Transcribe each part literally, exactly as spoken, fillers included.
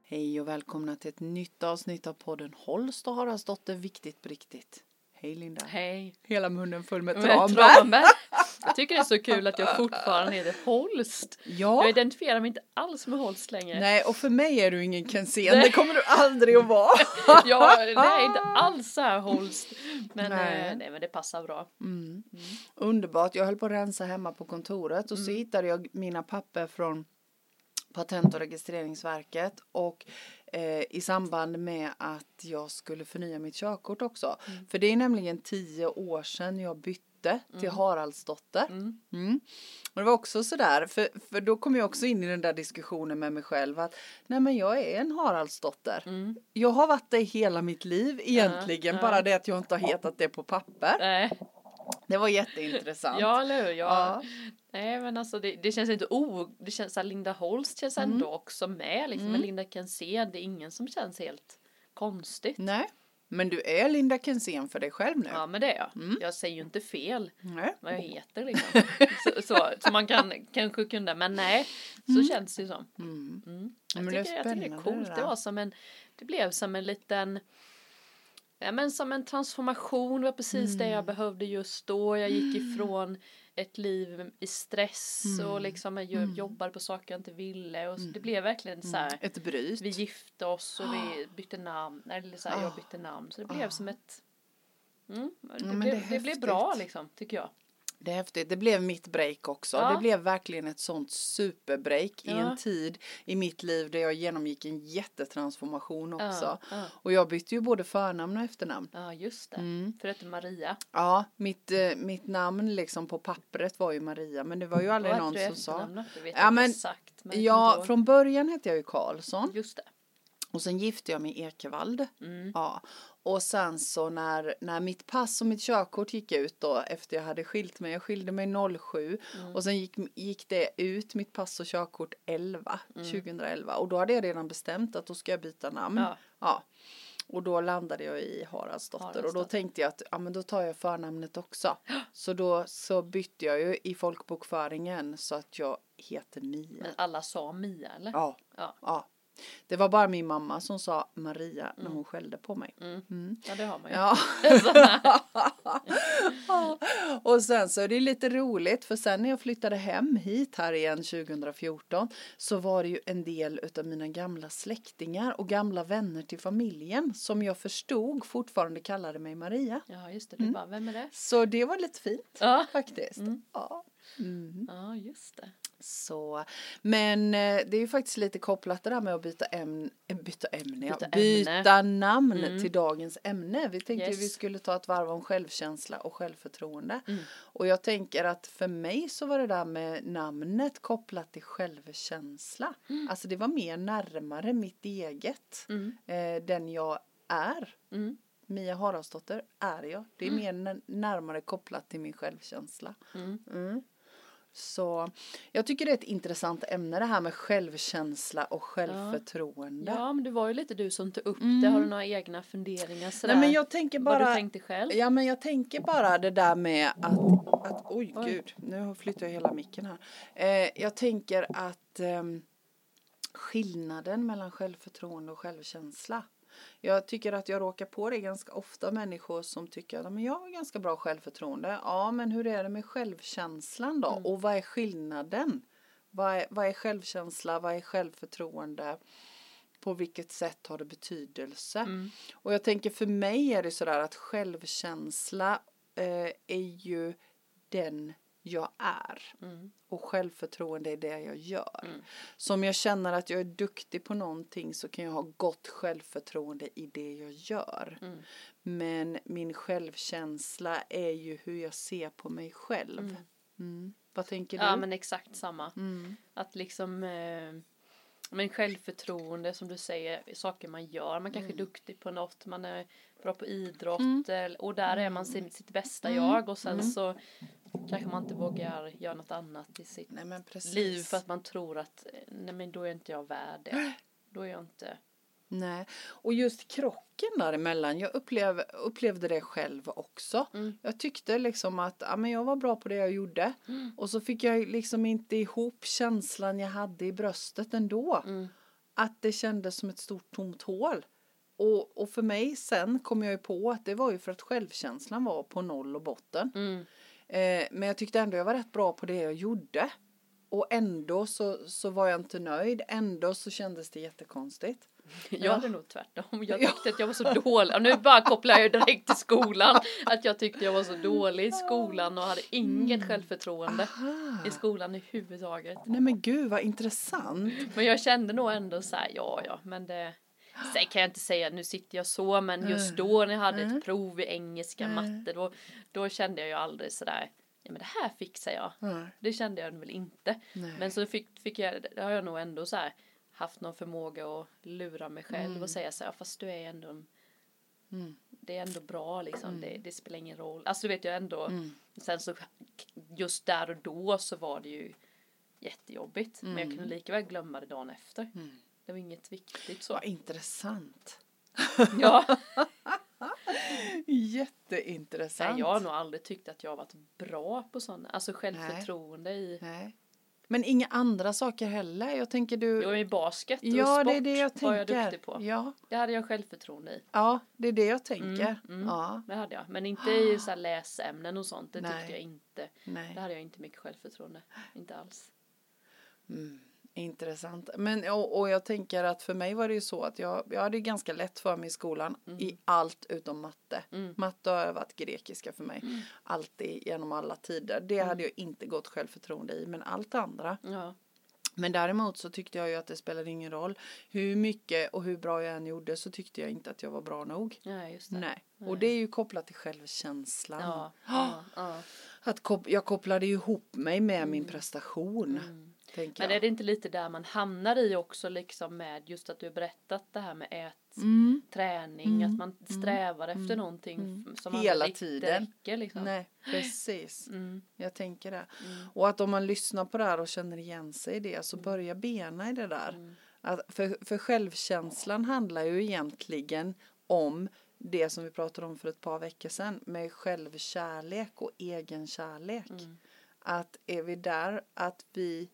Hej och välkomna till ett nytt avsnitt av podden Holst och Haraldsdotter viktigt på riktigt. Hej Linda. Hej. Hela munnen full med Med tranbär. tranbär. Jag tycker det är så kul att jag fortfarande heter Holst. Ja. Jag identifierar mig inte alls med Holst längre. Nej, och för mig är du ingen Kensén. Det kommer du aldrig att vara. Ja, det är inte alls så här Holst. Men nej. Eh, nej, men det passar bra. Mm. Mm. Underbart. Jag höll på att rensa hemma på kontoret och så Mm. hittade jag mina papper från Patent- och registreringsverket och eh, i samband med att jag skulle förnya mitt körkort också. Mm. För det är nämligen tio år sedan jag bytte till Mm. Haraldsdotter. Mm. Mm. Och det var också sådär, för, för då kom jag också in i den där diskussionen med mig själv att nej men jag är en Haraldsdotter. Mm. Jag har varit det hela mitt liv egentligen, uh, uh. bara det att jag inte har hetat det på papper. Uh. Det var jätteintressant. Ja, eller hur? Ja. Ja. Nej, men alltså det, det känns inte o... Det känns så här, Linda Holst känns mm. ändå också med. Liksom, mm. Men Linda Kensén, det är ingen som känns helt konstigt. Nej, men du är Linda Kensén för dig själv nu. Ja, men det är jag. Mm. Jag säger ju inte fel nej. Vad jag heter liksom. så, så, så man kan kanske kunna, men nej, så mm. känns det ju som. Mm. Mm. Jag, men tycker, jag tycker det är coolt. Det, det var som en, det blev som en liten... Ja, men som en transformation var precis mm. det jag behövde just då. Jag gick ifrån ett liv i stress mm. och liksom jag mm. jobbade på saker jag inte ville. Och så, det blev verkligen så här. Ett bryt. Vi gifte oss och vi bytte namn. Eller så här, jag bytte namn. Så det blev som ett... Mm, det, ja, blev, det, det blev bra liksom, tycker jag. Det är häftigt. Det blev mitt break också. Ja. Det blev verkligen ett sånt superbreak ja. i en tid i mitt liv där jag genomgick en jättetransformation också. Ja. Ja. Och jag bytte ju både förnamn och efternamn. Ja, just det. Mm. För det är Maria. Ja, mitt, eh, mitt namn liksom på pappret var ju Maria. Men det var ju aldrig någon som sa. Du vet ja, men, exakt, men ja, från början hette jag ju Karlsson. Just det. Och sen gifte jag mig i Ekevald. Mm. Ja. Och sen så när, när mitt pass och mitt körkort gick ut då efter jag hade skilt mig. Jag skilde mig noll sju. Mm. Och sen gick, gick det ut mitt pass och körkort elva. Mm. tjugoelva. Och då hade jag redan bestämt att då ska jag byta namn. Ja. Ja. Och då landade jag i Haraldsdotter. Haraldsdotter. Och då tänkte jag att ja, men då tar jag förnamnet också. Så då så bytte jag ju i folkbokföringen så att jag heter Mia. Men alla sa Mia eller? Ja. Ja. Ja. Det var bara min mamma som sa Maria när hon skällde på mig. Mm. Mm. Ja, det har man ju. Ja. Och sen så är det lite roligt för sen när jag flyttade hem hit här igen tjugo fjorton så var det ju en del utav mina gamla släktingar och gamla vänner till familjen som jag förstod fortfarande kallade mig Maria. Ja, just det. Du mm. bara, vem är det? Så det var lite fint ja. faktiskt. Mm. Ja. Mm. Ja, just det. Så, men det är ju faktiskt lite kopplat det där med att byta ämne, byta ämne, byta, ja, byta ämne. namn mm. till dagens ämne. Vi tänkte yes. att vi skulle ta ett varv om självkänsla och självförtroende. Mm. Och jag tänker att för mig så var det där med namnet kopplat till självkänsla. Mm. Alltså det var mer närmare mitt eget, mm. eh, den jag är. Mm. Mia Haraldsdotter är jag. Det är mm. mer närmare kopplat till min självkänsla. Mm. Mm. Så jag tycker det är ett intressant ämne det här med självkänsla och självförtroende. Ja, men det var ju lite du som tog upp mm. det. Har du några egna funderingar sådär? Nej, men jag tänker bara... Vad du tänkte själv? Ja, men jag tänker bara det där med att... att oj, oj, gud. Nu flyttar jag hela micken här. Eh, jag tänker att eh, skillnaden mellan självförtroende och självkänsla. Jag tycker att jag råkar på det ganska ofta människor som tycker att men jag har ganska bra självförtroende. Ja, men hur är det med självkänslan då? Mm. Och vad är skillnaden? Vad är, vad är självkänsla? Vad är självförtroende? På vilket sätt har det betydelse? Mm. Och jag tänker för mig är det sådär att självkänsla eh, är ju den jag är. Mm. Och självförtroende är det jag gör. Mm. Så om jag känner att jag är duktig på någonting så kan jag ha gott självförtroende i det jag gör. Mm. Men min självkänsla är ju hur jag ser på mig själv. Mm. Mm. Vad tänker du? Ja, men exakt samma. Mm. Att liksom... Eh... Men självförtroende som du säger, saker man gör. Man kanske mm. är duktig på något. Man är bra på idrott. Mm. Och där är man sitt, sitt bästa mm. jag. Och sen mm. så kanske man inte vågar göra något annat i sitt nej, men liv. För att man tror att nej, men då är inte jag värd det. Då är jag inte... Nej, och just krocken däremellan, jag upplev, upplevde det själv också. Mm. Jag tyckte liksom att ja, men jag var bra på det jag gjorde. Mm. Och så fick jag liksom inte ihop känslan jag hade i bröstet ändå. Mm. att det kändes som ett stort tomt hål. Och, och för mig sen kom jag ju på att det var ju för att självkänslan var på noll och botten. Mm. Eh, men jag tyckte ändå jag var rätt bra på det jag gjorde. Och ändå så, så var jag inte nöjd. Ändå så kändes det jättekonstigt. Jag hade nog tvärtom. Jag tyckte att jag var så dålig. Och nu bara kopplar jag direkt till skolan. Att jag tyckte jag var så dålig i skolan och hade inget mm. självförtroende Aha. i skolan i huvudtaget. Nej men gud vad intressant. Men jag kände nog ändå så här, ja ja, men det... Sen kan jag inte säga, nu sitter jag så, men just då när jag hade ett prov i engelska, mm. matte, då, då kände jag ju aldrig sådär, ja men det här fixar jag. Mm. Det kände jag väl inte. Nej. Men så fick, fick jag, det har jag nog ändå så här haft någon förmåga att lura mig själv mm. och säga så här, fast du är ändå, mm. det är ändå bra liksom, mm. det, det spelar ingen roll. Alltså du vet jag ändå, mm. sen så just där och då så var det ju jättejobbigt, mm. men jag kunde lika väl glömma det dagen efter. Mm. Det var inget viktigt så. Vad intressant. Ja. Jätteintressant. Nej, jag har nog aldrig tyckt att jag har varit bra på sådana. Alltså självförtroende Nej. i... Nej. Men inga andra saker heller. Jag tänker du... Jo, i basket och ja, sport det är det jag var jag tänker. duktig på. Ja. Det hade jag självförtroende i. Ja, det är det jag tänker. Mm, mm. Ja. Det hade jag. Men inte i så här läsämnen och sånt. Det Nej. tyckte jag inte. Nej. Det hade jag inte mycket självförtroende. Inte alls. Mm. Intressant. Men, och, och jag tänker att för mig var det ju så att jag, jag hade ganska lätt för mig i skolan mm. i allt utom matte. Mm. Matte har varit grekiska för mig. Mm. Alltid genom alla tider. Det mm. hade jag inte gått självförtroende i. Men allt andra. Ja. Men däremot så tyckte jag ju att det spelade ingen roll. Hur mycket och hur bra jag än gjorde så tyckte jag inte att jag var bra nog. Ja, just det. Nej. Nej. Och det är ju kopplat till självkänslan. Ja. Ja. Ja. Att kop- jag kopplade ju ihop mig med mm. min prestation. Mm. Men är det inte lite där man hamnar i också liksom med just att du har berättat det här med ät, mm. träning, mm. att man strävar mm. efter någonting mm. som hela aldrig tiden räcker liksom. Nej, precis. Mm. Jag tänker det. Mm. Och att om man lyssnar på det här och känner igen sig i det så börjar bena i det där. Mm. Att för, för självkänslan handlar ju egentligen om det som vi pratade om för ett par veckor sedan med självkärlek och egenkärlek. Mm. Att är vi där att vi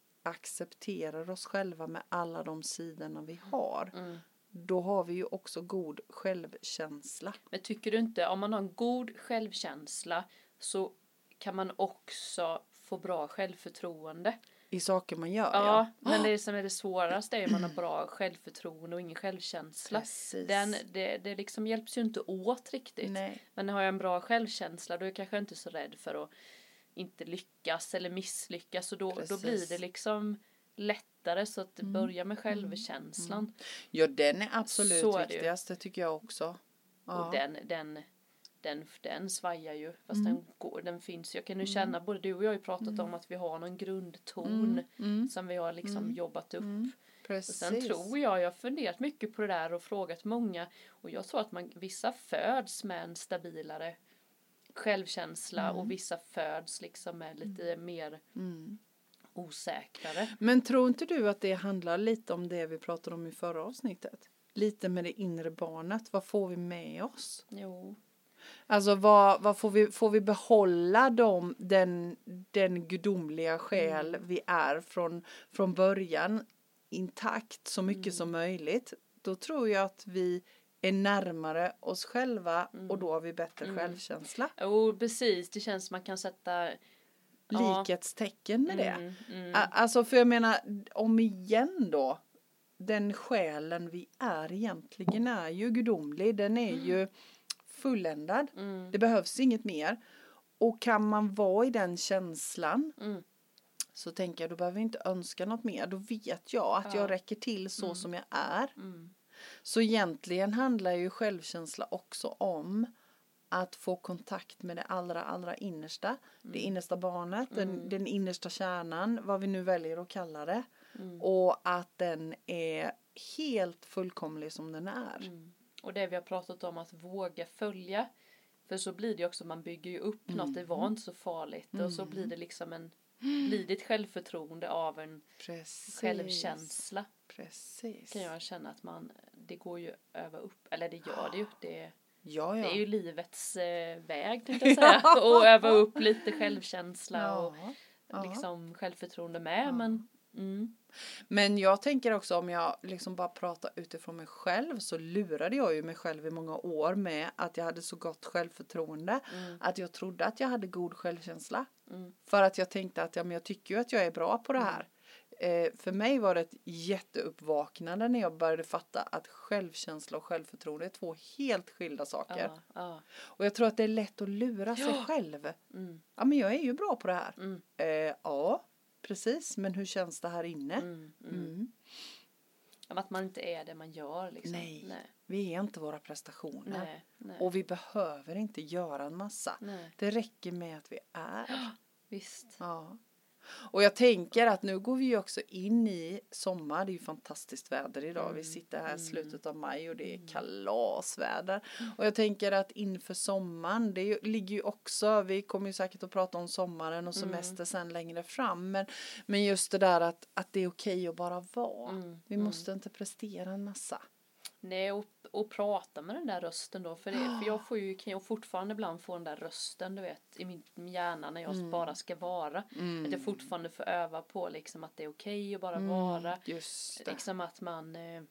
accepterar oss själva med alla de sidorna vi har. Mm. Då har vi ju också god självkänsla. Men tycker du inte, om man har en god självkänsla så kan man också få bra självförtroende? I saker man gör, ja. ja. Men det som är det svåraste är att man har bra självförtroende och ingen självkänsla. Precis. Den, det, det liksom hjälps ju inte åt riktigt. Nej. Men har jag en bra självkänsla då är jag kanske inte så rädd för att inte lyckas eller misslyckas. Och då, då blir det liksom lättare så att det mm. börjar med självkänslan. Mm. Ja, den är absolut så viktigast, det. det tycker jag också. Ja. Och den, den, den, den svajar ju. Fast mm. den, går, den finns. Jag kan ju känna, både du och jag har ju pratat mm. om att vi har någon grundton mm. Mm. som vi har liksom mm. jobbat upp. Mm. Och sen tror jag, jag har funderat mycket på det där och frågat många. Och jag tror att man, vissa föds med en stabilare självkänsla mm. och vissa föds liksom med lite mm. mer mm. osäkrare. Men tror inte du att det handlar lite om det vi pratade om i förra avsnittet? Lite med det inre barnet. Vad får vi med oss? Jo. Alltså vad, vad får vi, får vi behålla dem, den, den gudomliga själ mm. vi är från, från början intakt så mycket mm. som möjligt. Då tror jag att vi är närmare oss själva mm. och då har vi bättre mm. självkänsla. Jo, precis. Det känns som man kan sätta likhetstecken med mm, det. Mm. Alltså för jag menar, om igen då, den själen vi är egentligen är ju gudomlig. Den är mm. ju fulländad. Mm. Det behövs inget mer. Och kan man vara i den känslan mm. så tänker jag, då behöver vi inte önska något mer. Då vet jag att ja. jag räcker till så mm. som jag är. Mm. Så egentligen handlar ju självkänsla också om att få kontakt med det allra, allra innersta. Mm. Det innersta barnet, mm. den, den innersta kärnan, vad vi nu väljer att kalla det. Mm. Och att den är helt fullkomlig som den är. Mm. Och det vi har pratat om, att våga följa. För så blir det också, man bygger ju upp mm. något, det var inte så farligt. Mm. Och så blir det liksom en, blir det ett självförtroende av en Precis. självkänsla. Precis. Kan jag känna att man, det går ju över upp, eller det gör det ju, det, ja, ja. det är ju livets eh, väg tänkte jag säga. Och öva upp lite självkänsla ja. och ja. liksom självförtroende med. Ja. Men Mm. Men jag tänker också om jag liksom bara pratar utifrån mig själv så lurade jag ju mig själv i många år med att jag hade så gott självförtroende. Mm. Att jag trodde att jag hade god självkänsla. Mm. För att jag tänkte att ja, men jag tycker ju att jag är bra på det här. Mm. Eh, för mig var det ett jätteuppvaknande när jag började fatta att självkänsla och självförtroende är två helt skilda saker. Ja, ja. Och jag tror att det är lätt att lura sig Ja. själv. Mm. Ja, men jag är ju bra på det här. Mm. Eh, ja, precis. Men hur känns det här inne? Mm. Mm. Mm. Att man inte är det man gör liksom. Nej. Nej. Vi är inte våra prestationer. Nej. Nej. Och vi behöver inte göra en massa. Nej. Det räcker med att vi är. Visst. Ja. Och jag tänker att nu går vi ju också in i sommar. Det är ju fantastiskt väder idag. Mm. Vi sitter här i Mm. slutet av maj och det är Mm. kalasväder. Och jag tänker att inför sommaren, det är ju, ligger ju också, vi kommer ju säkert att prata om sommaren och semester Mm. sen längre fram. Men, men just det där att, att det är okej att bara vara. Mm. Vi Mm. måste inte prestera en massa. Nej, och, och prata med den där rösten då. För, det, för jag får ju, kan ju fortfarande ibland få den där rösten, du vet, i min, min hjärna när jag Mm. bara ska vara. Mm. Att jag fortfarande får öva på liksom att det är okej att bara Mm. vara. Just det. Liksom att man eh,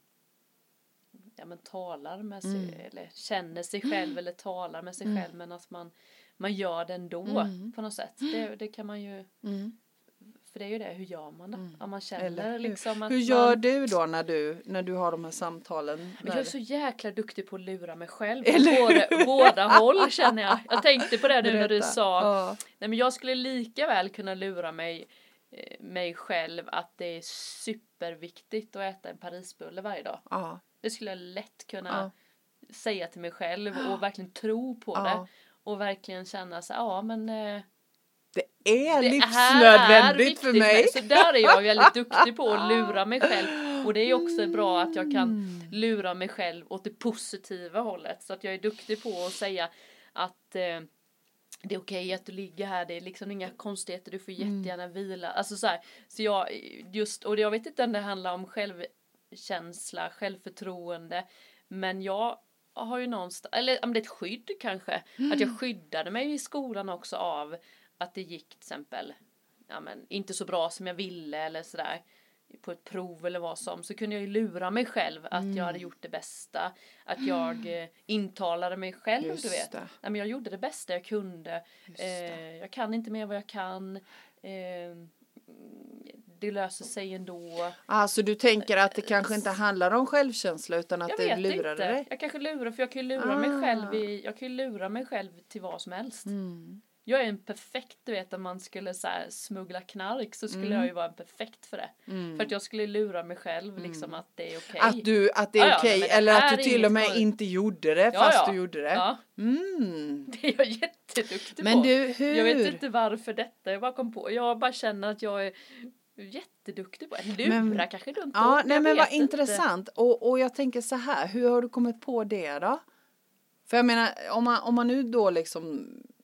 ja, men talar med sig, Mm. eller känner sig själv eller talar med sig Mm. själv. Men att man, man gör det ändå Mm. på något sätt. Det, det kan man ju, Mm. för det är ju det, hur gör man det? Mm. Om man känner Eller hur? liksom att Hur gör man, du då när du, när du har de här samtalen? Men När jag är så jäkla duktig på att lura mig själv. Eller På båda, båda håll känner jag. Jag tänkte på det nu när du Berätta. sa. Ja. Nej, men jag skulle lika väl kunna lura mig, eh, mig själv att det är superviktigt att äta en Parisbulle varje dag. Ja. Det skulle jag lätt kunna Ja. säga till mig själv och verkligen tro på Ja. det. Och verkligen känna så ja men eh, Det är det livsnödvändigt är för mig. Så där är jag väldigt duktig på att lura mig själv. Och det är också bra att jag kan lura mig själv åt det positiva hållet. Så att jag är duktig på att säga att eh, det är okej att du ligger här. Det är liksom inga konstigheter. Du får jättegärna vila. Alltså så här. Så jag just, och jag vet inte om det handlar om självkänsla, självförtroende. Men jag har ju någonstans, eller om det är ett skydd kanske. Mm. Att jag skyddade mig i skolan också av att det gick till exempel ja, men, inte så bra som jag ville eller sådär på ett prov eller vad som, så kunde jag ju lura mig själv att Mm. jag hade gjort det bästa, att jag eh, intalade mig själv, Just du vet. det. Nej, men jag gjorde det bästa jag kunde. Just det. Eh, jag kan inte mer vad jag kan. Eh, det löser sig ändå. Alltså du tänker att det kanske inte handlar om självkänsla utan att Jag det vet lurade inte. dig? Jag kanske lurar, för jag kan ju lura Ah. mig själv i, jag kan ju lura mig själv till vad som helst. Mm. Jag är en perfekt, du vet, om man skulle så här, smuggla knark så skulle Mm. jag ju vara en perfekt för det. Mm. För att jag skulle lura mig själv liksom Mm. att det är okej. Att, du, att det är Ja, ja, okej men det eller här att du är till och inget med konstigt. inte gjorde det Ja, fast ja. du gjorde det. Ja, Mm. det är jag jätteduktig Men på. du, hur? Jag vet inte varför detta, jag bara kom på. Jag bara känner att jag är jätteduktig på det. Lura Men- kanske dumt Ja, ord, nej jag men vad vet inte. intressant. Och, och jag tänker så här, hur har du kommit på det då? För jag menar, om man, om man nu då liksom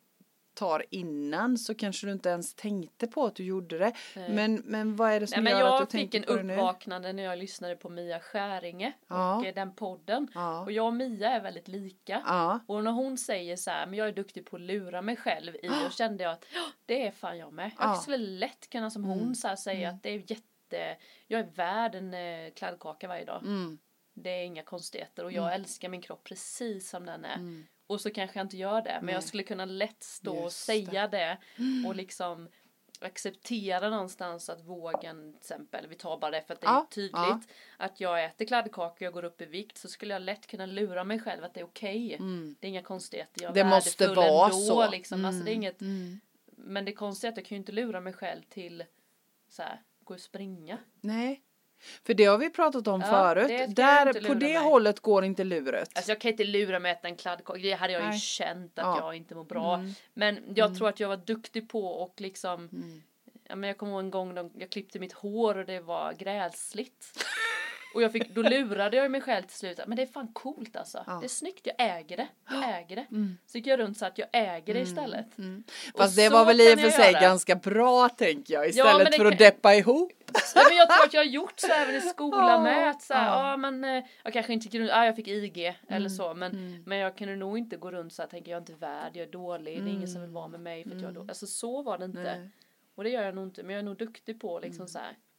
tar innan så kanske du inte ens tänkte på att du gjorde det. Nej. Men, men vad är det som Nej, men gör att du jag fick tänker en på det nu? uppvaknande när jag lyssnade på Mia Skäringe Ja. och eh, den podden. Ja. Och jag och Mia är väldigt lika. Ja. Och när hon säger så här, men jag är duktig på att lura mig själv i, då kände jag att "Ja, det är fan jag med. Jag Ja. skulle lätt kunna som hon Mm. så här, säga att det är jätte, jag är värd en eh, kladdkaka varje dag. Mm. Det är inga konstigheter och jag Mm. älskar min kropp precis som den är. Mm. Och så kanske jag inte gör det, men Nej. jag skulle kunna lätt stå och Just säga det. Och liksom acceptera någonstans att vågen till exempel, vi tar bara det för att det är Ja, tydligt, ja. att jag äter kladdkaka och jag går upp i vikt, så skulle jag lätt kunna lura mig själv att det är okej. Mm. Det är inga konstigheter, jag är Det måste värdefull vara ändå, så. liksom. Alltså, det är inget, Mm. men det konstiga är att jag kan ju inte lura mig själv till så här, gå och springa. Nej. För det har vi pratat om Ja, förut. det ska jag Där, inte på lura det mig. hållet går inte luret. Alltså jag kan inte lura mig att äta en kladdkaka, det hade jag ju Nej. känt att Ja. jag inte mår bra. Mm. Men jag Mm. tror att jag var duktig på och liksom, Mm. ja, men jag kommer ihåg en gång då jag klippte mitt hår och det var gräsligt. Och jag fick, då lurade jag mig själv till slut. Men det är fan coolt alltså. Ja. Det är snyggt, jag äger det. Jag äger det. Mm. Så gick jag runt så att jag äger det istället. Mm. Och Fast det så var väl i kan och för jag sig göra. ganska bra tänker jag. Ja, Istället men det för att kan- deppa ihop. Ja, men jag tror att jag har gjort så även i skolan Ja, med. Att så här, ja. ja. men eh, jag kanske inte gick runt, ja jag fick I G eller Mm, så. Men, mm. men jag kunde nog inte gå runt så här, tänker jag är inte värd, jag är dålig. Det är ingen som vill vara med mig för att jag är Mm. dålig. Alltså så var det inte. Nej. Och det gör jag nog inte. Men jag är nog duktig på liksom Mm. så här.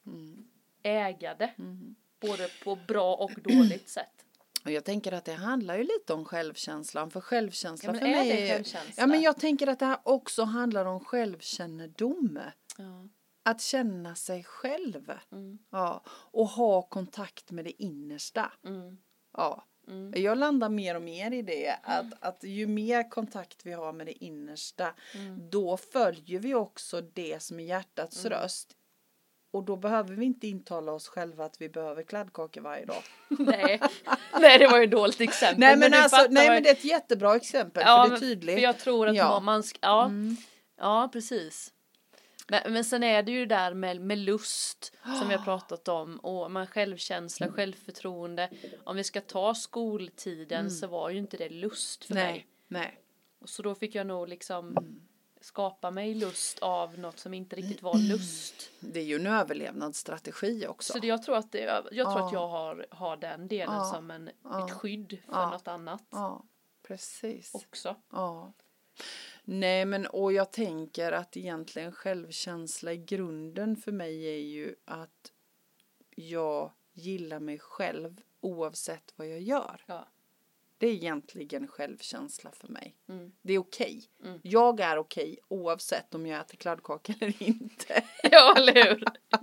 mm. äga det. Mm. Både på bra och dåligt sätt. Och jag tänker att det handlar ju lite om självkänslan. För självkänsla ja, för är mig det självkänsla? Ja, men jag tänker att det här också handlar om självkännedom. Ja. Att känna sig själv. Mm. Ja. Och ha kontakt med det innersta. Mm. Ja. Mm. Jag landar mer och mer i det. Att, mm. att ju mer kontakt vi har med det innersta. Mm. Då följer vi också det som är hjärtats mm. röst. Och då behöver vi inte intala oss själva att vi behöver kladdkakor varje dag. nej. nej, det var ju ett dåligt exempel. Nej, men, men, alltså, nej, men det är ett jättebra exempel. Ja, för det är tydligt. För jag tror att ja. man ska... Ja, mm. ja precis. Men, men sen är det ju där med, med lust som vi har pratat om. Och man självkänsla, mm. självförtroende. Om vi ska ta skoltiden mm. så var ju inte det lust för nej. mig. Nej. Och så då fick jag nog liksom... Mm. skapa mig lust av något som inte riktigt var lust. Det är ju en överlevnadsstrategi också. Så det, jag tror att det, jag tror ja. att jag har, har den delen ja. som en, ja. ett skydd för ja. något annat. Ja, precis. Också. Ja. Nej, men och jag tänker att egentligen självkänsla i grunden för mig är ju att jag gillar mig själv oavsett vad jag gör. Ja. Det är egentligen självkänsla för mig. Mm. Det är okej. Okay. Mm. Jag är okej okay, oavsett om jag äter kladdkaka eller inte. Ja, eller hur?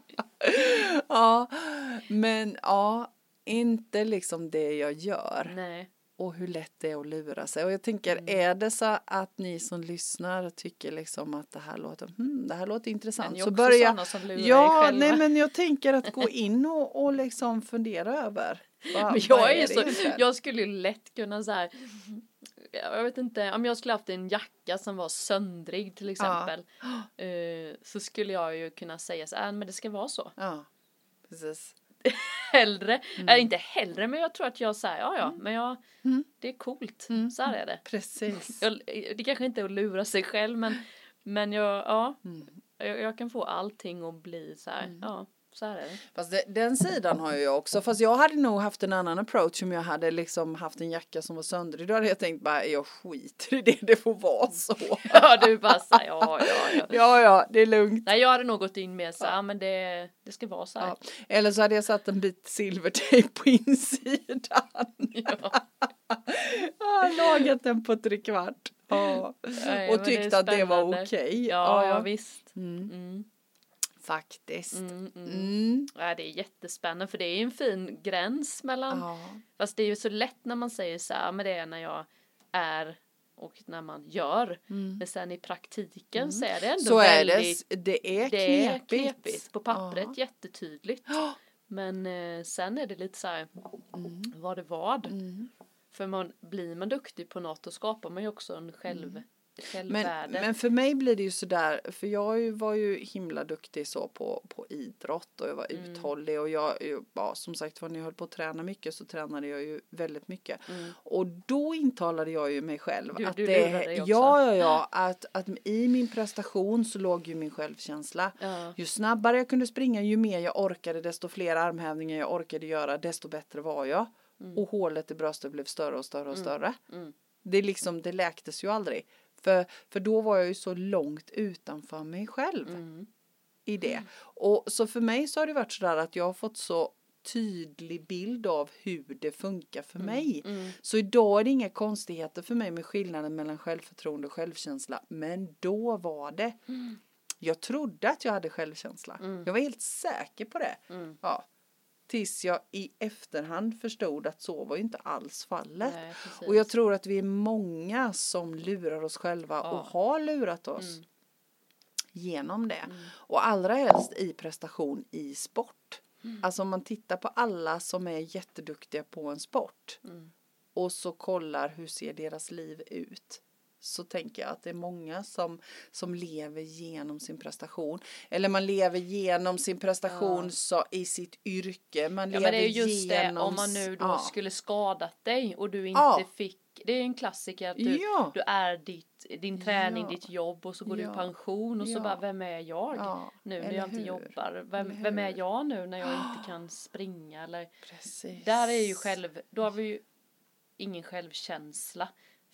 ja, men ja, inte liksom det jag gör. Nej. Och hur lätt det är att lura sig. Och jag tänker, mm. är det så att ni som lyssnar tycker liksom att det här låter, hmm, det här låter intressant. Så börja, som lurar ja, nej men jag tänker att gå in och, och liksom fundera över. Va, men jag är, är så, jag skulle ju lätt kunna så här, jag vet inte, om jag skulle haft en jacka som var söndrig till exempel. Ja. Uh, så skulle jag ju kunna säga så här, men det ska vara så. Ja, precis. hellre, mm. äh, inte hellre, men jag tror att jag säger, ja ja, mm. men jag, mm. det är coolt, mm. så här är det. Precis. Jag, det kanske inte är att lura sig själv, men, men jag, ja, mm. jag, jag kan få allting att bli så här, mm. ja. Så här är det. Fast det, den sidan har jag också. Fast jag hade nog haft en annan approach om jag hade liksom haft en jacka som var söndrig. Då hade jag tänkt bara, jag skiter i det, det får vara så. Ja, du bara så här, ja, ja, ja. Ja, ja, det är lugnt. Nej, jag hade nog gått in med så här, ja. men det, det ska vara så här. Ja. Eller så hade jag satt en bit silvertejp på insidan. Ja. Ja, lagat den på tre kvart. Ja. Nej, och tyckte att det var okej. Okay. Ja, ja, ja, visst. Mm. Mm. Faktiskt. Mm, mm. Mm. Ja, det är jättespännande för det är en fin gräns mellan, ja. Fast det är ju så lätt när man säger så här, men det är när jag är och när man gör. Mm. Men sen i praktiken mm. så är det ändå så väldigt, är det, det är det knepigt. Är knepigt. På pappret ja. Jättetydligt. Ja. Men eh, sen är det lite så här, mm. vad det vad. Mm. För man, blir man duktig på något, då skapar man ju också en själv mm. Men, men för mig blir det ju sådär, för jag var ju himla duktig så på, på idrott och jag var mm. uthållig och jag, ja, som sagt var när jag höll på att träna mycket så tränade jag ju väldigt mycket. Mm. Och då intalade jag ju mig själv du, att du det, ja, ja, ja, att, att i min prestation så låg ju min självkänsla. Ja. Ju snabbare jag kunde springa, ju mer jag orkade, desto fler armhävningar jag orkade göra, desto bättre var jag. Mm. Och hålet i bröstet blev större och större och mm. större. Mm. Det liksom, det läktes ju aldrig. För, för då var jag ju så långt utanför mig själv mm. i det. Och så för mig så har det varit sådär att jag har fått så tydlig bild av hur det funkar för mm. mig. Mm. Så idag är det inga konstigheter för mig med skillnaden mellan självförtroende och självkänsla. Men då var det. Mm. Jag trodde att jag hade självkänsla. Mm. Jag var helt säker på det. Mm. Ja. Tills jag i efterhand förstod att så var ju inte alls fallet. Nej, och jag tror att vi är många som lurar oss själva ja. och har lurat oss mm. genom det. Mm. Och allra helst i prestation i sport. Mm. Alltså om man tittar på alla som är jätteduktiga på en sport mm. och så kollar hur ser deras liv ut. Så tänker jag att det är många som, som lever genom sin prestation. Eller man lever genom sin prestation ja. så, i sitt yrke. Man ja, lever men det är just genom... det, om man nu då ja. skulle skadat dig och du inte ja. fick... Det är en klassiker att du, ja. du är ditt, din träning, ja. ditt jobb och så går ja. du i pension och ja. så bara, vem är jag ja. nu eller när jag inte hur? jobbar? Vem, vem är jag nu när jag inte kan springa? Eller, precis. Där är ju själv... Då har vi ju ingen självkänsla.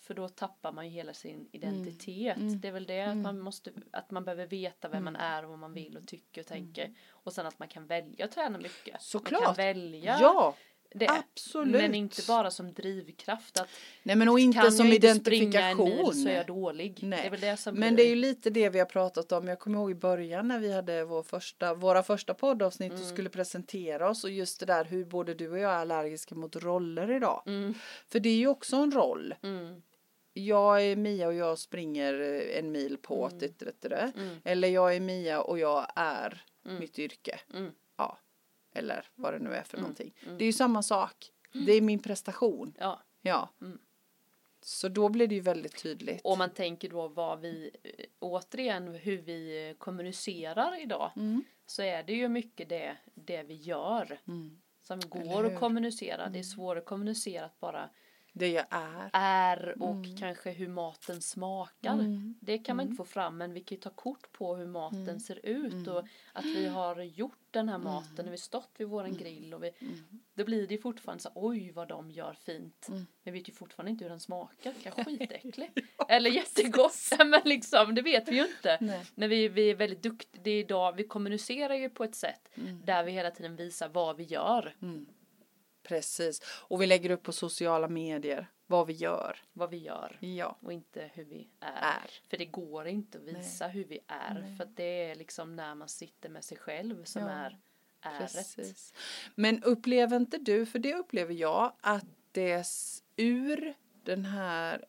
För då tappar man ju hela sin identitet. Mm. Det är väl det Mm. att man måste, att man behöver veta vem Mm. man är och vad man vill och tycker och tänker. Och sen att man kan välja att träna mycket. Såklart. Man kan välja Ja, det. absolut. Men inte bara som drivkraft. Att Nej, men och inte kan som jag inte identifikation. springa en mil så är jag dålig. Nej. Det är väl det som Men blir. det är ju lite det vi har pratat om. Jag kommer ihåg i början när vi hade vår första, våra första poddavsnitt Mm. och skulle presentera oss. Och just det där hur både du och jag är allergiska mot roller idag. Mm. För det är ju också en roll. Mm. Jag är Mia och jag springer en mil på Mm. det, det, det. Mm. Eller jag är Mia och jag är Mm. mitt yrke. Mm. Ja. Eller vad det nu är för Mm. någonting. Mm. Det är ju samma sak. Det är min prestation. Ja. Ja. Mm. Så då blir det ju väldigt tydligt. Och man tänker då vad vi, återigen hur vi kommunicerar idag. Mm. Så är det ju mycket det, det vi gör. Mm. Som Eller går hur? att kommunicera. Det är svårt att kommunicera att bara Det jag är. är och Mm. kanske hur maten smakar. Mm. Det kan man Mm. inte få fram, men vi kan ju ta kort på hur maten Mm. ser ut Mm. och att vi har gjort den här maten när vi stått vid våran grill och vi, Mm. då blir det ju fortfarande så oj vad de gör fint. Mm. Men vi vet ju fortfarande inte hur den smakar. Kanske skitäcklig. Eller jättegott. Men liksom, det vet vi ju inte. Nej. Men vi, vi är väldigt duktiga. Det är idag, vi kommunicerar ju på ett sätt Mm. där vi hela tiden visar vad vi gör. Mm. Precis. Och vi lägger upp på sociala medier vad vi gör. Vad vi gör. Ja. Och inte hur vi är. Är. För det går inte att visa hur vi är. Nej. För att det är liksom när man sitter med sig själv som Ja, är äret. Precis. Men upplever inte du, för det upplever jag, att det s- ur den här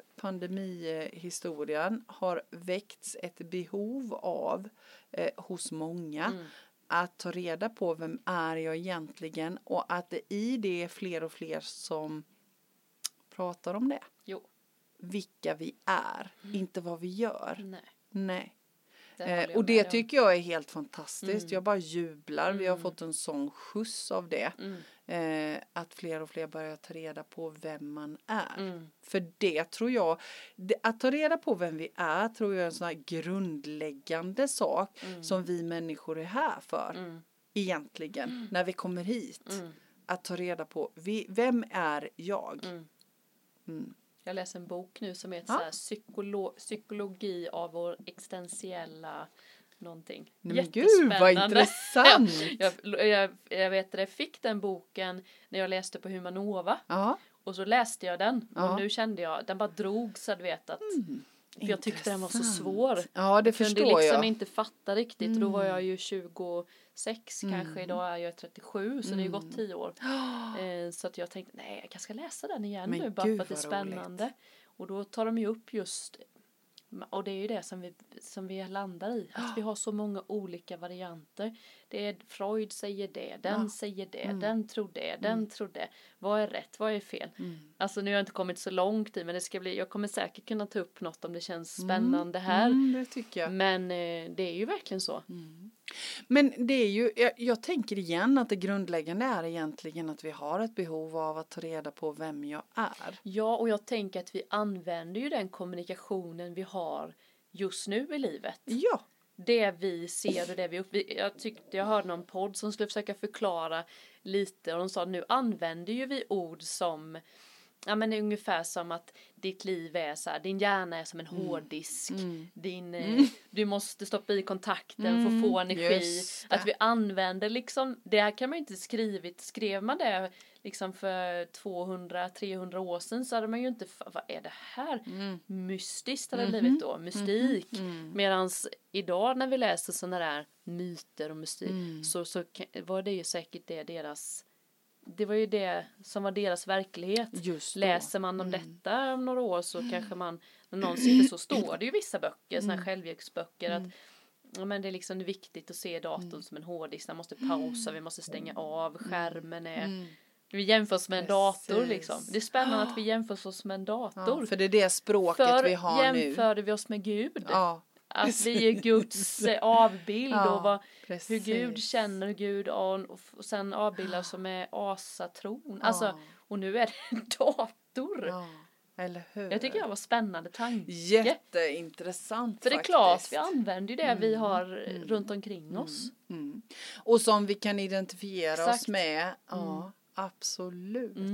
pandemihistorien har väckts ett behov av eh, hos många Mm. att ta reda på vem är jag egentligen och att det i det är fler och fler som pratar om det. Jo. Vilka vi är, inte vad vi gör. Nej. Nej. Det håller Eh, jag och med det dig om. tycker jag är helt fantastiskt. Mm. Jag bara jublar. Vi har Mm. fått en sån skjuts av det. Mm. Eh, att fler och fler börjar ta reda på vem man är. Mm. För det tror jag, det, att ta reda på vem vi är tror jag är en sån här grundläggande sak Mm. som vi människor är här för. Mm. Egentligen, när vi kommer hit. Mm. Att ta reda på, vi, vem är jag? Mm. Mm. Jag läser en bok nu som heter Ja. så här, psykolo- psykologi av vår existentiella någonting. Nej, men gud vad intressant! jag, jag, jag vet det, jag fick den boken när jag läste på Humanova. Ja. Och så läste jag den. Ja. Och nu kände jag, den bara drog så du vet att. Mm. För jag tyckte den var så Intressant. svår. Ja, det Jag kunde förstår liksom jag. inte fatta riktigt. Och då var Mm. jag ju tjugosex Mm. kanske. Idag är jag trettiosju. Så det har ju Mm. gått tio år. Eh, så att jag tänkte, nej jag kanske ska läsa den igen Men nu. Bara gud, för att det är vad roligt. spännande. Och då tar de ju upp just. Och det är ju det som vi, som vi landar i. Att vi har så många olika varianter. Det är, Freud säger det. Den Ja. säger det. Mm. Den tror det. Den Mm. tror det. Vad är rätt? Vad är fel? Mm. Alltså nu har jag inte kommit så långt i. Men det ska bli, jag kommer säkert kunna ta upp något om det känns spännande här. Mm, det tycker jag. Men eh, det är ju verkligen så. Mm. Men det är ju, jag, jag tänker igen att det grundläggande är egentligen att vi har ett behov av att ta reda på vem jag är. Ja, och jag tänker att vi använder ju den kommunikationen vi har just nu i livet. Ja. Det vi ser och det vi upp. Jag tyckte jag hörde någon podd som skulle försöka förklara lite och de sa nu använder ju vi ord som ja men det är ungefär som att ditt liv är så här, din hjärna är som en Mm. hårddisk. Mm. Din, Mm. eh, du måste stoppa i kontakten för Mm, att få energi. just det. Att vi använder liksom, det här kan man inte skrivit, skrev man det liksom för tvåhundra till trehundra år sedan så hade man ju inte, vad är det här? Mm. Mystiskt hade det Mhm. blivit då, mystik. Mm. Medans idag när vi läser sådana där myter och mystik Mm. så, så kan- var det ju säkert det deras, det var ju det som var deras verklighet. Just då. Läser man om Mm. detta om några år så kanske man, när någon sitter så står det ju vissa böcker, sådana Mm. här självhjälpsböcker att Mm. ja, men det är liksom viktigt att se datorn Mm. som en hårddisk, man måste pausa, vi måste stänga av, skärmen är, Mm. vi jämförs med en dator Precis. liksom. Det är spännande att vi jämförs oss med en dator. Ja, för det är det språket Förr vi har nu. jämförde vi oss med Gud. Ja, Att vi är Guds eh, avbild Ja, och vad, hur precis. Gud känner hur Gud och, och sen avbildar som är asatron. Ja. Alltså, och nu är det en dator. Ja, eller hur? Jag tycker det var spännande tanke. Jätteintressant För det är faktiskt. klart, vi använder ju det vi Mm, har mm, runt omkring oss. Mm. Och som vi kan identifiera Exakt. oss med. Ja, Mm. absolut. Mm.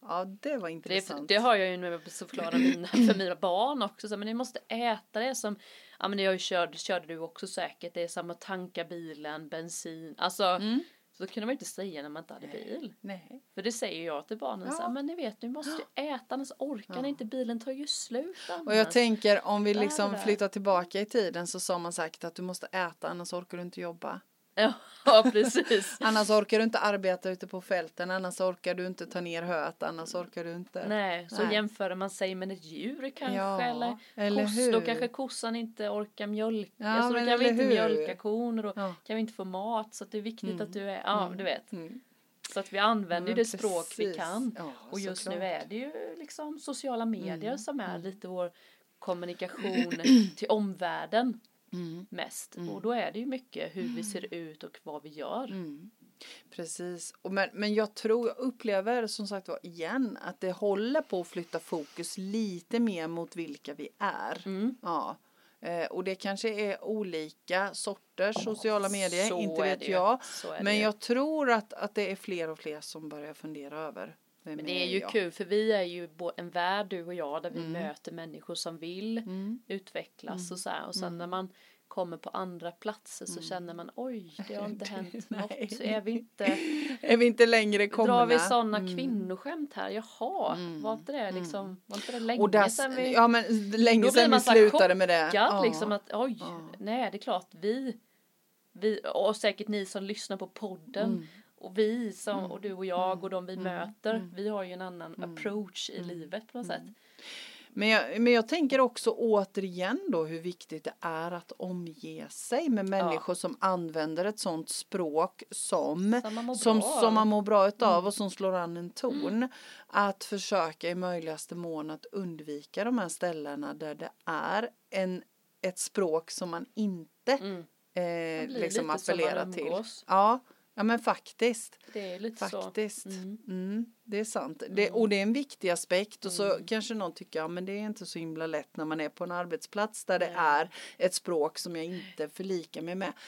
Ja, det var intressant. Det, det har jag ju nu förklarat mina, för mina barn också. Så, men ni måste äta det som, ja men jag körde, körde du också säkert. Det är som att tanka bilen, bensin. Alltså, mm. så kunde man inte säga när man inte hade bil. Nej. För det säger jag till barnen. Ja. Så, men ni vet, ni måste ju äta, annars orkar ja. ni inte. Bilen tar ju slut annars. Och jag tänker, om vi liksom där, flyttar tillbaka i tiden så sa man säkert att du måste äta, annars orkar du inte jobba. Ja, precis. Annars orkar du inte arbeta ute på fälten, annars orkar du inte ta ner höet, annars orkar du inte. Nej, så Nej. jämför man sig med ett djur kanske, ja, eller, eller koss, hur? Då kanske kossan inte orkar mjölka, ja, alltså då kan vi inte hur? mjölka kon och då ja. kan vi inte få mat, så det är viktigt mm. att du är, ja mm. du vet. Mm. Så att vi använder mm, det precis. språk vi kan. Ja, och just klart. nu är det ju liksom sociala medier mm. som är mm. lite vår kommunikation till omvärlden. Mm. Mest. Mm. Och då är det ju mycket hur vi ser ut och vad vi gör. Mm. Precis. Och men, men jag tror, jag upplever som sagt var igen att det håller på att flytta fokus lite mer mot vilka vi är. Mm. Ja. Eh, och det kanske är olika sorters sociala medier, så inte vet det jag. Men det. jag tror att, att det är fler och fler som börjar fundera över. Men det är ju jag. kul, för vi är ju en värld, du och jag, där vi mm. möter människor som vill mm. utvecklas mm. och så här. Och sen mm. när man kommer på andra platser så mm. känner man, oj, det har inte hänt något. Är vi inte, är vi inte längre komna? Drar vi sådana mm. kvinnoskämt här? Jaha, mm. var inte det liksom, var inte det länge och där, sedan vi... Ja, men länge sedan vi slutade med det. Ja. Liksom att, oj, ja. nej, det är klart, vi, vi, och säkert ni som lyssnar på podden, mm. och vi som, mm. och du och jag och de vi mm. möter, mm. vi har ju en annan mm. approach i mm. livet på något mm. sätt. Men jag, men jag tänker också återigen då hur viktigt det är att omge sig med människor ja. som använder ett sånt språk som, som, man, som, som man mår bra utav mm. och som slår an en ton. Mm. Att försöka i möjligaste mån att undvika de här ställena där det är en, ett språk som man inte mm. eh, liksom appellerar till. Ja. Ja, men faktiskt. Det är lite faktiskt. så. Mm. Mm, det är sant. Mm. Det, och det är en viktig aspekt. Och så mm. kanske någon tycker, ja men det är inte så himla lätt när man är på en arbetsplats där det är ett språk som jag inte förlikar mig med.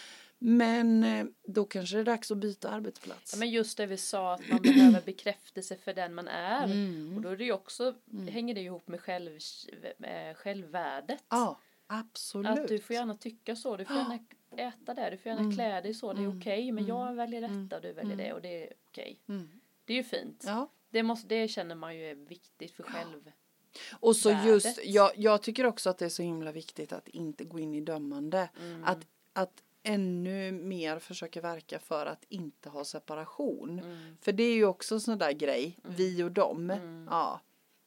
Men då kanske det är dags att byta arbetsplats. Ja, men just det vi sa, att man behöver bekräftelse för den man är. Mm. Och då är det ju också, mm. hänger det ihop med själv, med självvärdet. Ja, absolut. Att du får gärna tycka så, du får gärna äta det, du får gärna mm. klä dig så, det är mm. okej, okay, men mm. jag väljer detta mm. och du väljer mm. det och det är okej. Okay. Mm. Det är ju fint. Ja. Det, måste, det känner man ju är viktigt för själv. Och så just, jag, jag tycker också att det är så himla viktigt att inte gå in i dömande. Mm. Att, att ännu mer försöka verka för att inte ha separation. Mm. För det är ju också en sån där grej, mm. vi och dem. Mm. Ja.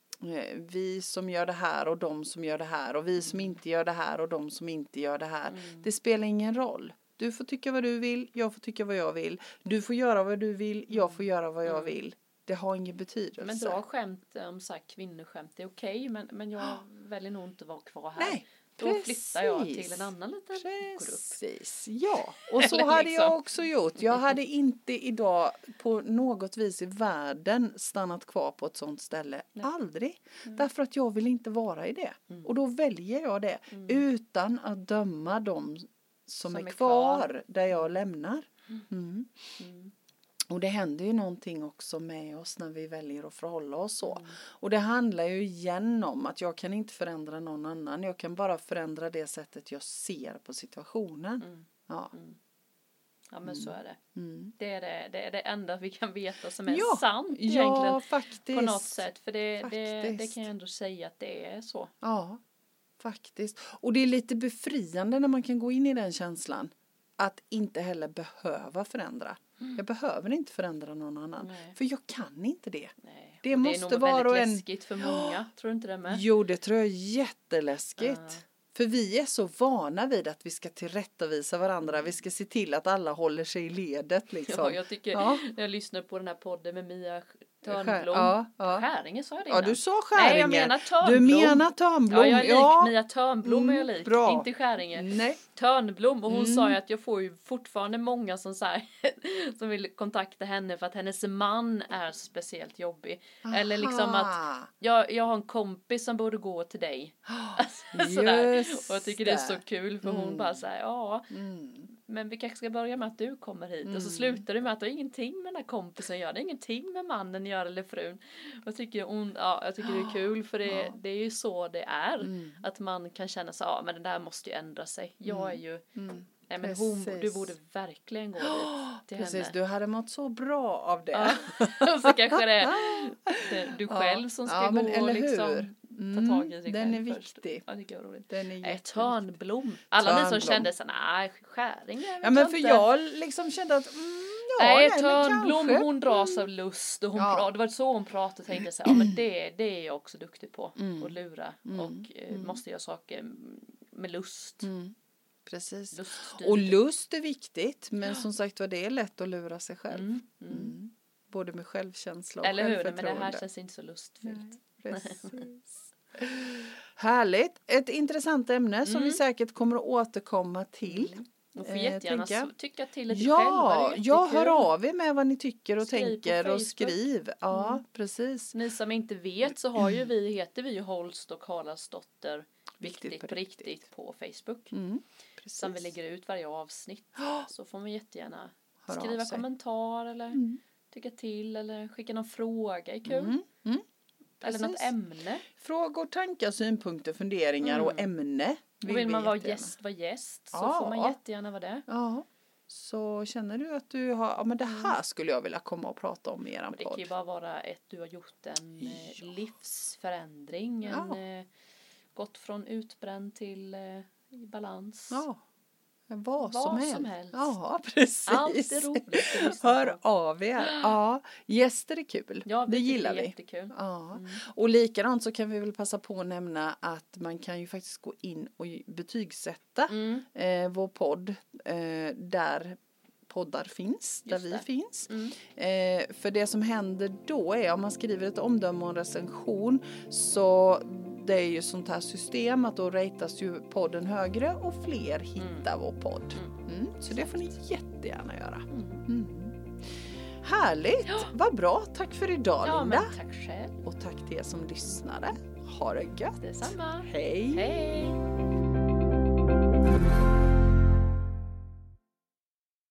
Vi som gör det här och de som gör det här. Och vi som inte gör det här och de som inte gör det här. Mm. Det spelar ingen roll. Du får tycka vad du vill, jag får tycka vad jag vill. Du får göra vad du vill, jag får göra vad jag mm. vill. Det har ingen betydelse. Men dra skämt om så här, kvinnoskämt är okej, okay, men, men jag väljer nog inte vara kvar här. Nej, då precis. flyttar jag till en annan liten Precis, grupp. Ja. Och så hade liksom. jag också gjort. Jag hade inte idag på något vis i världen stannat kvar på ett sånt ställe. Nej. Aldrig. Mm. Därför att jag vill inte vara i det. Mm. Och då väljer jag det. Mm. Utan att döma dem som, som är, är kvar, kvar där jag lämnar. Mm. Mm. Och det händer ju någonting också med oss när vi väljer att förhålla oss så. Mm. Och det handlar ju igen om att jag kan inte förändra någon annan. Jag kan bara förändra det sättet jag ser på situationen. Mm. Ja. Mm. Ja, men så är det. Mm. Det, är det. Det är det enda vi kan veta som är ja. sant egentligen. Ja, faktiskt. På något sätt. För det, det, det kan jag ändå säga att det är så. Ja, faktiskt. Och det är lite befriande när man kan gå in i den känslan. Att inte heller behöva förändra. Mm. Jag behöver inte förändra någon annan. Nej. För jag kan inte det. Nej. Det och måste det är nog vara väldigt en... läskigt för många. Tror du inte det med? Jo, det tror jag är jätteläskigt. Uh. För vi är så vana vid att vi ska tillrättavisa varandra. Vi ska se till att alla håller sig i ledet. Liksom. Ja, jag tycker, ja. när jag lyssnar på den här podden med Mia Törnblom. Ja, ja. Skäringe sa jag det innan. Ja, du sa Skäringe. Nej, jag menar Törnblom. Du menar Törnblom. Ja, jag är lik ja. Mia Törnblom är jag lik. Bra. Inte Skäringe. Nej. Törnblom. Och hon mm. sa ju att jag får ju fortfarande många som, så här, som vill kontakta henne för att hennes man är speciellt jobbig. Aha. Eller liksom att jag, jag har en kompis som borde gå till dig. Alltså, sådär. Och jag tycker det är så kul för mm. hon bara säger ja. Mm. men vi kanske ska börja med att du kommer hit. Mm. Och så slutar du med att du har ingenting med den här kompisen att göra. Det är ingenting med mannen gör eller frun. Och jag tycker, hon, ja, jag tycker det är kul. För det, ja. det är ju så det är. Mm. Att man kan känna så, ja men den där måste ju ändra sig. Jag är ju... Mm. Nej, men hon, du borde verkligen gå dit till Precis, henne. du hade mått så bra av det. Ja. Och så kanske det är du själv som ska ja, men gå och liksom mm, ta tag i dig den är först. viktig. Ja, det är roligt. Den är Nej, törnblom. Alla ni som kände så nej, skäring. Ja, men för inte. jag liksom kände att mm, ja, nej, nej törnblom, hon dras av lust och hon ja. pra- det var så hon pratade och tänkte så här, ja men det, det är jag också duktig på mm. att lura mm. och eh, mm. måste göra saker med lust. Mm. Precis. Luststyr. Och lust är viktigt, men ja. som sagt var det är lätt att lura sig själv. Mm. Mm. Mm. Både med självkänsla och eller hur, självförtroende. Men det här känns inte så lustfyllt. Nej, precis. Härligt. Ett intressant ämne mm. som vi säkert kommer att återkomma till. Mm. Och får jättegärna eh, tycka till lite ja, själva. Ja, hör av er med vad ni tycker och skriv tänker och skriv. Ja, mm. precis. Ni som inte vet så har ju vi, heter vi ju Holst och Karlasdotter Viktigt, viktigt på riktigt. riktigt på Facebook. Mm, som vi lägger ut varje avsnitt. Oh. Så får man jättegärna hör skriva kommentar eller mm. tycka till eller skicka någon fråga. Är kul. Mm. Mm. Eller något ämne. Frågor, tankar, synpunkter, funderingar mm. och ämne. Vill, vill man vara gäst, vara gäst så ja. får man jättegärna vara det. Ja. Så känner du att du har, ja men det här skulle jag vilja komma och prata om i eran podd. Det kan ju bara vara ett, du har gjort en ja. livsförändring. En, ja. gått från utbränd till eh, i balans. Ja. Vad, Vad som, som helst. helst. Ja, precis. Allt är roligt. Hör av er. Ja, gäster är kul. Ja, det gillar det är vi. Jättekul. Ja. Mm. Och likadant så kan vi väl passa på att nämna att man kan ju faktiskt gå in och betygsätta mm. eh, vår podd eh, där poddar finns, där vi finns. Mm. Eh, för det som händer då är om man skriver ett omdöme och en recension så det är ju sånt här system att då ratas ju podden högre och fler hittar mm. vår podd. Mm. Så det får ni jättegärna göra. Mm. Härligt, ja. Vad bra. Tack för idag ja, Linda. Men tack själv. Och tack till er som lyssnade. Ha det gött. Detsamma. Hej. Hej.